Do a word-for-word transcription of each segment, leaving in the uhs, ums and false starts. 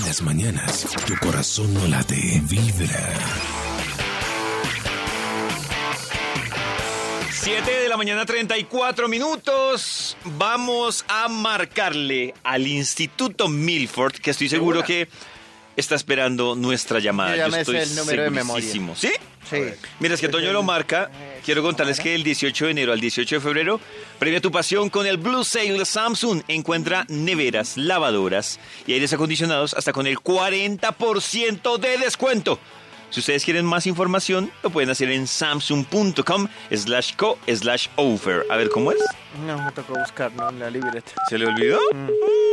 las mañanas tu corazón no late, vibra. siete de la mañana, treinta y cuatro minutos. Vamos a marcarle al Instituto Milford, que estoy seguro que está esperando nuestra llamada. Yo Yo estoy el número de memoria. segurísimo. ¿Sí? Sí. Mientras que Toño lo marca, quiero contarles que el dieciocho de enero al dieciocho de febrero, premia tu pasión con el Blue Sale de Samsung. Encuentra neveras, lavadoras y aires acondicionados hasta con el cuarenta por ciento de descuento. Si ustedes quieren más información, lo pueden hacer en samsung.com slash co slash offer. A ver, ¿cómo es? No, me tocó buscarlo en la libreta. ¿Se le olvidó? Mm.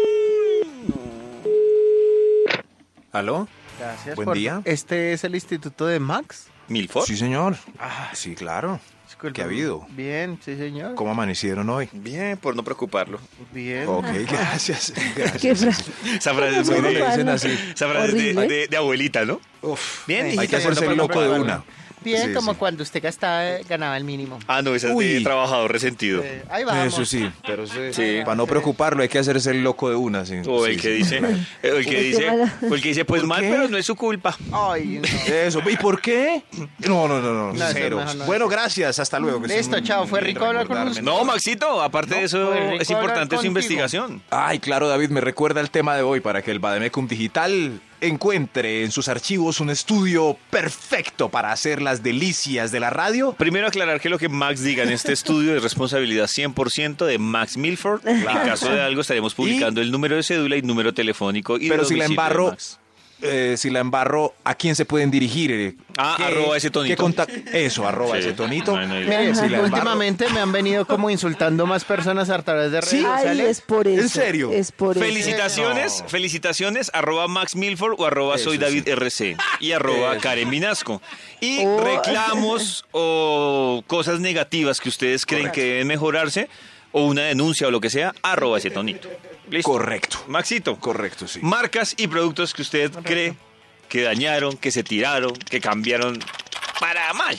¿Aló? Gracias. Buen por- día. ¿Este es el instituto de Max? ¿Milford? Sí, señor. Ah, Sí, claro. disculpe. ¿Qué ha habido? Bien, sí, señor. ¿Cómo amanecieron hoy? Bien, por no preocuparlo. Bien. Ok, gracias. gracias. Qué fra- Esa frase es ¿Cómo muy le de, dicen así? esa frase es de, Horrible. de- de abuelita, ¿no? Uf, Bien, Hay dijiste hay que hacerse por el no loco de preocuparlo. una. Bien, Sí, como sí. cuando usted gastaba, ganaba el mínimo. Ah, no, esa es de Uy. trabajador resentido. Eh, ahí vamos. Eso sí, pero sí, Sí. para no preocuparlo hay que hacerse el loco de una. Sí. O el Sí, que sí. dice, o el que El dice, tema- o el que dice, pues ¿Por mal, qué? pero no es su culpa. Ay, no. Eso, ¿y por qué? No, no, no, no, No, eso cero. mejor no. Bueno, gracias, hasta luego. que Listo, es un- chao, fue rico hablar con recordarme. usted. No, Maxito, aparte de eso, pues, rico es importante hablar su contigo. investigación. Ay, claro, David, me recuerda el tema de hoy para que el Bademecum Digital encuentre en sus archivos un estudio perfecto para hacer las delicias de la radio. Primero aclarar que lo que Max diga en este estudio es responsabilidad cien por ciento de Max Milford. En caso de algo estaremos publicando el número de cédula y número telefónico. Y Pero de si la domicilio de embarro, Max. eh, si la embarro, ¿a quién se pueden dirigir? Eh, Ah, ¿qué- arroba ese tonito. qué conta- Eso, arroba Sí. ese tonito. Bueno, y- Mire, Si la embarro- últimamente me han venido como insultando más personas a través de redes Sí. Ay, sociales. es por eso. ¿En serio? Es por eso. Felicitaciones, No. felicitaciones, arroba Max Milford o arroba Eso soy David sí. R C y arroba Eso. Karen Vinasco. Y Oh. reclamos o cosas negativas que ustedes creen que deben mejorarse o una denuncia o lo que sea, arroba ese tonito. ¿Listo? Correcto. Maxito. Correcto, sí. Marcas y productos que usted cree que dañaron, que se tiraron, que cambiaron para mal.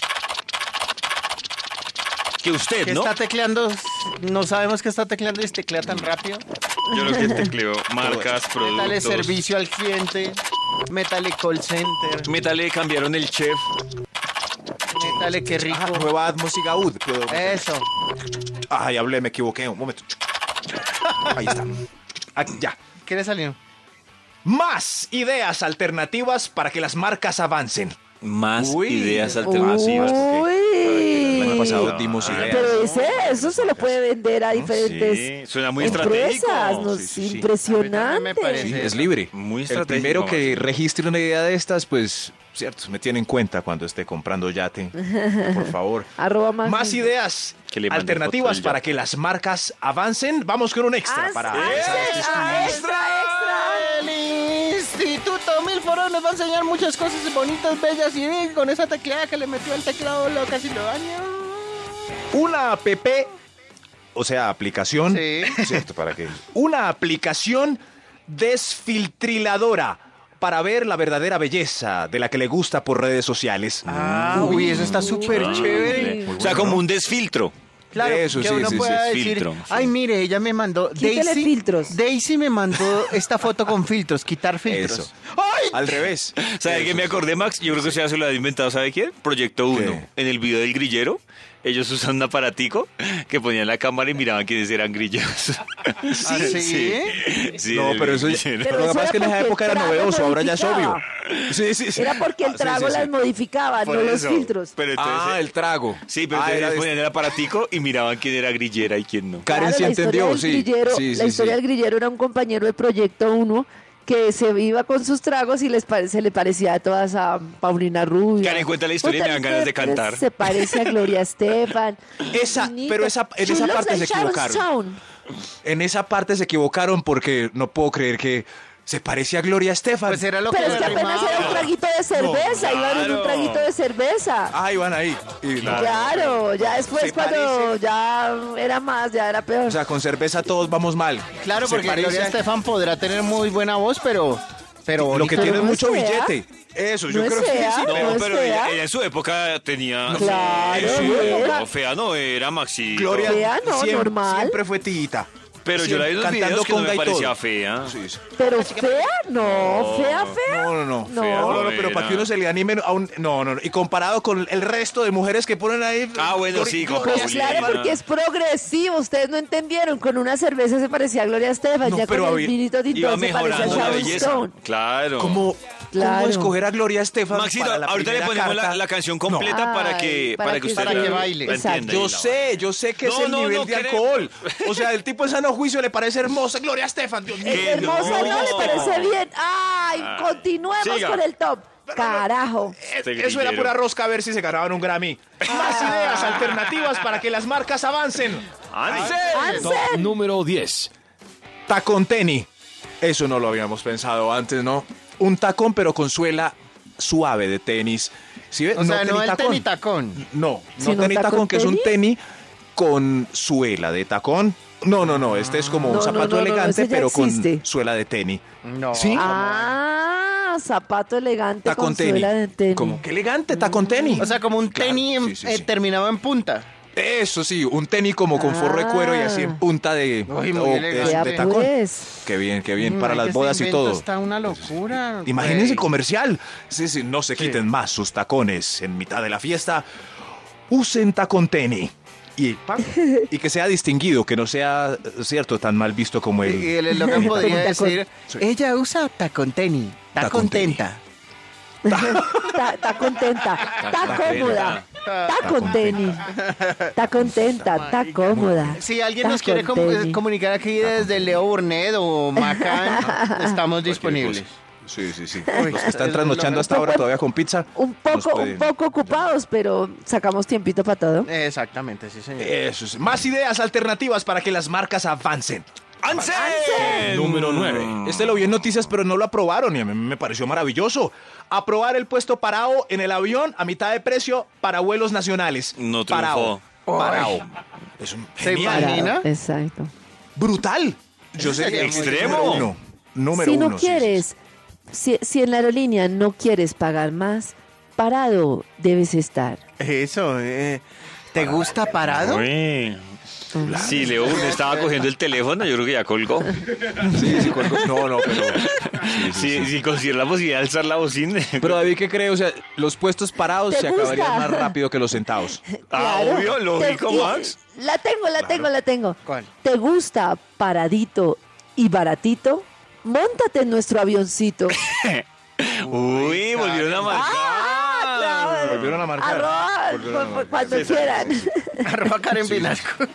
Que usted, ¿Qué ¿no? está tecleando? No sabemos qué está tecleando y teclea tan rápido. Yo lo que tecleo, marcas, Métale productos. servicio al cliente. Métale call center. Métale, cambiaron el chef. Métale qué rico. Ah, nueva Atmos y Gaud. Puedo- Eso. Ay, hablé, me equivoqué. Un momento. Ahí está. Ah, ya. ¿Qué le salió? Más ideas alternativas para que las marcas avancen. Más Uy. ideas alternativas. Uy. El año pasado No, dimos ay, ideas. Pero ese, eso se lo puede vender a diferentes Sí, suena muy empresas. estratégico. ¿no? Sí, sí, sí. Impresionante. A mí también me parece. Sí, es libre. Muy El estratégico. primero que registre una idea de estas, pues, cierto, me tiene en cuenta cuando esté comprando yate. Por favor. Arroba más. Más ideas Que le mande alternativas foto del para yate. que las marcas avancen. Vamos con un extra Haz- para haz- empezar este extra, estudio. extra, extra. El Instituto Milford nos va a enseñar muchas cosas bonitas, bellas y con esa tecleada que le metió al teclado lo casi lo daña. Una app, o sea, aplicación. Sí. Cierto, ¿para qué? Una aplicación desfiltriladora para ver la verdadera belleza de la que le gusta por redes sociales. Ah, uy, eso está súper chévere. O sea, como un desfiltro. Claro, Eso que sí, uno sí, pueda sí, decir, filtro, sí. ay, mire, ella me mandó, Quítele Daisy, filtros. Daisy me mandó esta foto con filtros, quitar filtros. Eso. ¡Ay! Al revés. ¿Sabe Eso qué me sí. acordé, Max? Yo creo que se se lo había inventado, ¿sabe quién? Proyecto uno. ¿Qué? En el video del grillero, ellos usan un aparatico que ponían la cámara y miraban quiénes eran grilleros. ¿Ah, sí? Sí, No, en el pero eso ya- grillero. Pero Lo que eso pasa es que en esa porque época el era trago novedoso, ahora ya es obvio. modificaba. Sí, sí, sí. Era porque el Ah, sí, trago sí, sí. las modificaba, Por no los eso. filtros. Pero entonces, Ah, el trago. Sí, pero Ah, entonces era ellos de- ponían el aparatico y miraban quién era grillera y quién no. Karen Claro, sí la historia entendió, del sí. grillero- Sí, la sí, historia sí. del grillero era un compañero de Proyecto uno que se iba con sus tragos y les pare- se le parecía a todas a Paulina Rubio. Karen, cuenta la historia y me dan ganas de cantar. Se parece a Gloria Estefan. Esa, Finito. pero esa, en She esa looks parte like se Sharon equivocaron. Stone. En esa parte se equivocaron porque no puedo creer que se parece a Gloria Estefan. Pues era lo Pero que es que le apenas era un rimaba. traguito de cerveza, iban en un claro. traguito de cerveza. Ah, iban ahí. Y no. Claro, ya después Se cuando parece. ya era más, ya era peor. O sea, con cerveza todos vamos mal. Claro, Se porque parece Gloria a- Estefan podrá tener muy buena voz, pero... pero Lo que bonita tiene no es mucho es fea. billete. Eso, yo No es creo que fea. sí. No, ¿No es pero fea? ella, ella en su época tenía... Claro, en su bien. época, fea no era, Maxito. Gloria Fea, no, siempre, normal. siempre fue tita. Pero Sí, yo la vi en unos cantando videos que no conga me y parecía todo. fea. Sí, sí. Pero fea, no, fea, fea. No, no, no. No. Fea, No, no, no, pero buena. para que uno se le anime a un... No, no, no. Y comparado con el resto de mujeres que ponen ahí... Ah, bueno, Gloria- sí, con Gloria Pues Paulina. claro, porque es progresivo. Ustedes no entendieron. Con una cerveza se parecía a Gloria Estefan. No, Ya pero con había- el vinito Iba tinto se parecía a mejorando la Sharon belleza. Stone. Claro. ¿Cómo, Claro. ¿Cómo escoger a Gloria Estefan Maxito, para la ahorita le primera ponemos la, carta? la canción No. completa para Ay, que para para que que- usted para la- que baile. la entienda. Yo y la- sé, yo sé que No, es el no, nivel no de creo. alcohol. O sea, el tipo en sano juicio le parece hermosa. Gloria Estefan, Dios mío. ¿Qué? Es hermosa, ¿no? No. ¿Le parece bien? ¡Ay! Ah, Continuemos siga. con el top. Carajo. Eh, Este Eso era grillero. pura rosca a ver si se ganaban un Grammy. Más ideas alternativas para que las marcas avancen. ¡Ansel! ¡Ansel! Número diez. Tacón tenis. Eso no lo habíamos pensado antes, ¿no? Un tacón pero con suela suave de tenis. ¿Sí ve? O sea, no tenis el tenis tacón. No, no ¿Sino tenis tacón tacón, que es un tenis? tenis con suela de tacón. No, no, no, este es como un No, no, zapato no, no, no, elegante, ese ya pero con existe. suela de tenis. No. ¿Sí? Ah, zapato elegante Tacón con tenis. suela de tenis. Como que elegante, tacón tenis. O sea, como un Claro, tenis en- sí, sí, eh, sí. terminado en punta. Eso sí, un tenis como con forro de cuero y así en punta de, Uy, muy o- de- elegante. Ya de tacón. pues. Qué bien, qué bien, Mm, para ay, las que bodas este y invento todo. Está una locura. Imagínense güey. comercial. Sí, sí, no se quiten más sus tacones en mitad de la fiesta. Usen tacón tenis. Y, pa, y que sea distinguido, que no sea, cierto, tan mal visto como Y el... el eslogan podría Tacón. decir, ella usa tacón tenis, está Tacón contenta. Está, está contenta, está cómoda, está con tenis, está contenta, está cómoda. Si alguien está nos quiere con com- tenis. comunicar aquí desde Leo Burnett o Macán, estamos disponibles. Sí, sí, sí. Uy, Los que están es trasnochando lo- hasta ahora todavía con pizza. Un nos poco, pueden- un poco ocupados, pero sacamos tiempito para todo. Exactamente, sí, señor. Eso es. Más ideas alternativas para que las marcas avancen. ¡Ansel! Número nueve. Este lo vi en noticias, pero no lo aprobaron y a mí me pareció maravilloso. Aprobar el puesto parado en el avión a mitad de precio para vuelos nacionales. No Parado. triunfó. Parado. Es un ¿Se genial. imagina? Exacto. Brutal. Yo sería sería extremo. Número uno. Número Si no uno, sí, quieres, si, si en la aerolínea no quieres pagar más, parado debes estar. Eso, eh, ¿te gusta parado? Uy. Sí, Leo me estaba cogiendo el teléfono, yo creo que ya colgó. sí. Sí, sí, cuelgo. No, no, pero... Sí, sí, Si, sí. si considera la posibilidad de alzar la bocina. Pero David, ¿qué cree? O sea, los puestos parados ¿Te se gusta? acabarían más rápido que los sentados. Ah, obvio, lógico, Te- y- Max. La tengo, la tengo, la tengo. ¿Cuál? ¿Te gusta paradito y baratito? Móntate en nuestro avioncito. Uy, volvieron a marcar. Ah, Volvieron a marcar. Arroba, Volvieron a cu- cu- marcar. cuando Sí, sí. quieran. Arroba Karen Vinasco.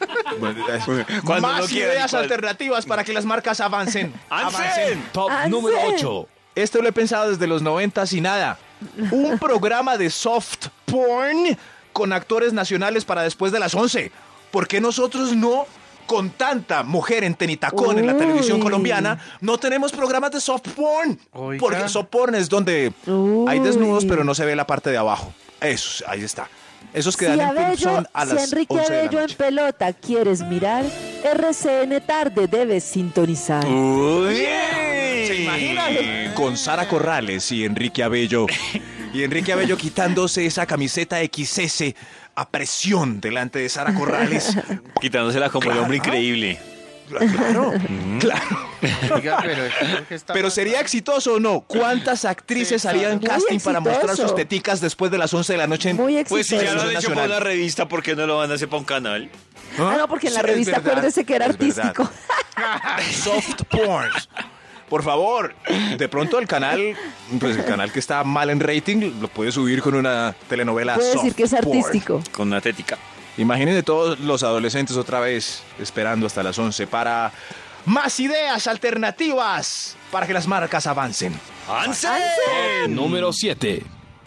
Cuando Más no quieran, ideas cual- alternativas para que las marcas avancen. ¡Ansel! Top Ansel. número ocho. Esto lo he pensado desde los noventas y nada. Un programa de soft porn con actores nacionales para después de las once. ¿Por qué nosotros no, con tanta mujer en tenitacón en la televisión Uy. colombiana, no tenemos programas de soft porn? Oiga. Porque soft porn es donde hay Uy. desnudos pero no se ve la parte de abajo. Eso, ahí está. Esos que Si dan a en Pink Bello, son a si las Enrique once de la Bello en noche. pelota quieres mirar, R C N tarde debes sintonizar. Uy. ¿Se imaginan? Con Sara Corrales y Enrique Abello. Y Enrique Abello quitándose esa camiseta equis ese a presión delante de Sara Corrales. Quitándosela como el hombre increíble. Claro, claro. Oiga, pero esto que está Pero sería exitoso o no. ¿Cuántas actrices Sí, harían muy casting para mostrar exitoso. sus teticas después de las once de la noche? en- Muy Pues si ya exitoso. lo han hecho para Nacional. una revista, ¿por qué no lo van a hacer para un canal? Ah, no, porque en la Sí, es revista verdad, acuérdese que era es verdad. artístico. Soft porn. Por favor, de pronto el canal, pues el canal que está mal en rating, lo puede subir con una telenovela Puede soft decir que es porn. artístico. Con una tética. Imagínense todos los adolescentes otra vez esperando hasta las once para más ideas alternativas para que las marcas avancen. ¡Ansel! Número siete.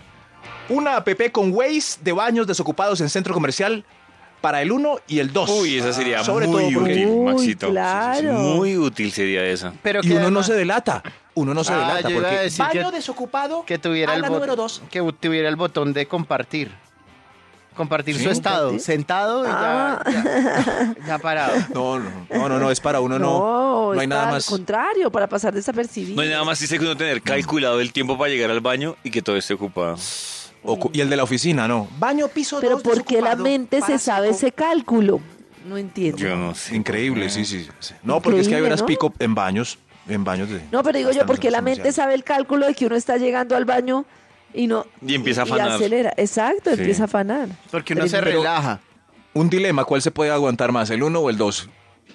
Una app con Waze de baños desocupados en centro comercial para el uno y el dos. Uy, esa sería Sobre muy todo porque- útil, Uy, Maxito. claro. Muy útil sería esa. Pero Y que uno no además- se delata. Uno no se Ah, delata yo iba a porque decir baño que- desocupado que tuviera a el la bot- número dos. que tuviera el botón de compartir. Compartir Sí, su estado, compartir. sentado y ya, Ah. ya, ya parado. No, no, no, no, no, es para uno, no. No, No hay está nada al más. contrario, para pasar desapercibido. No hay nada más triste que uno tener calculado el tiempo para llegar al baño y que todo esté ocupado. O cu- y el de la oficina, no. Baño piso Pero dos ¿por qué la desocupado, mente se para sabe cinco. ese cálculo? No entiendo. Yo no sé. Increíble, sí, sí, sí. No, porque es que hay Increíble, horas ¿no? pico en baños, en baños de... No, pero digo yo, hasta porque la nosotros mente anunciando. sabe el cálculo de que uno está llegando al baño y no... Y empieza a Y afanar. acelera. Exacto, Sí. empieza a afanar. Porque uno se Pero relaja. Un dilema, ¿cuál se puede aguantar más, el uno o el dos?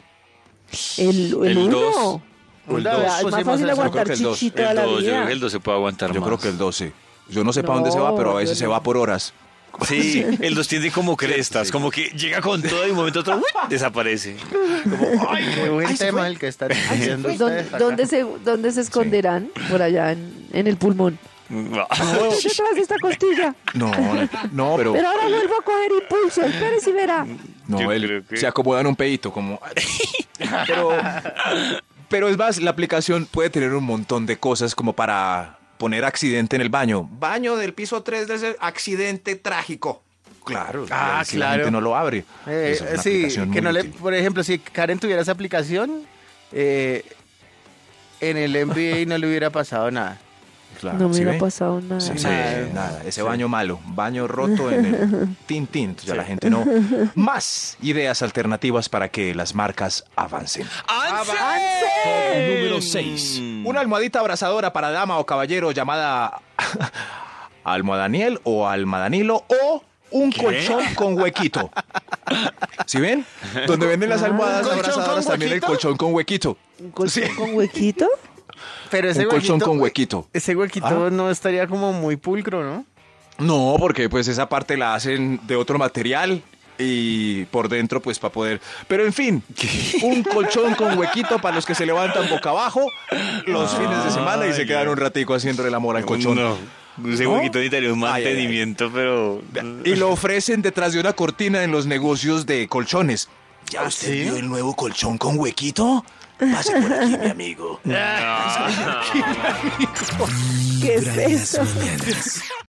El, el, El uno. dos. Un Ya, dos, es más pusimos fácil eso. aguantar Yo creo que el dos. chichi El toda la dos, yo creo vida. que el dos se puede aguantar Yo más. creo que el dos, sí. Yo no sé para No, dónde se va, pero a veces yo se no. va por horas. Sí, el dos tiene como crestas, como que llega con todo y de un momento a otro ¡uy! Desaparece. Qué buen tema el que están diciendo ¿Dónde, ustedes acá. dónde se, ¿Dónde se esconderán? Por allá en, en el pulmón. Detrás de esta costilla. No, no, pero... Pero ahora vuelvo a coger impulso. Espérese y verá. No, Yo él creo que- se acomodan un pedito, como... Pero, pero es más, la aplicación puede tener un montón de cosas como para poner accidente en el baño. Baño del piso tres de ese accidente trágico. Claro, Ah, y así la claro. gente no lo abre. Eh, Esa es una sí, aplicación que muy no le, útil. por ejemplo, si Karen tuviera esa aplicación, eh, en el N B A no le hubiera pasado nada. Claro, No me ¿sí hubiera ve? pasado nada. Sí, Nada. sí, nada, ese baño malo, baño roto en el tin tin, ya la gente no. Más ideas alternativas para que las marcas avancen. Número seis. Una almohadita abrazadora para dama o caballero llamada almohadaniel o almadanilo o un colchón con huequito. ¿Sí ven? Donde venden las almohadas ¿Un colchón abrazadoras con también el huequito? colchón con huequito. ¿Un colchón Sí. con huequito? Pero ese Un colchón huequito, con huequito. Ese huequito Ah. no estaría como muy pulcro, ¿no? No, porque pues esa parte la hacen de otro material y por dentro pues para poder... Pero en fin, un colchón con huequito para los que se levantan boca abajo los fines de semana y se quedan un ratico haciendo el amor al colchón. No, ese ¿No? huequito necesitaría un Ay, ay, ay. mantenimiento, pero... Y lo ofrecen detrás de una cortina en los negocios de colchones. ¿Ya usted ¿sí? vio el nuevo colchón con huequito? Pase por aquí, mi amigo. ¿Qué es Vibra en las eso? mañanas.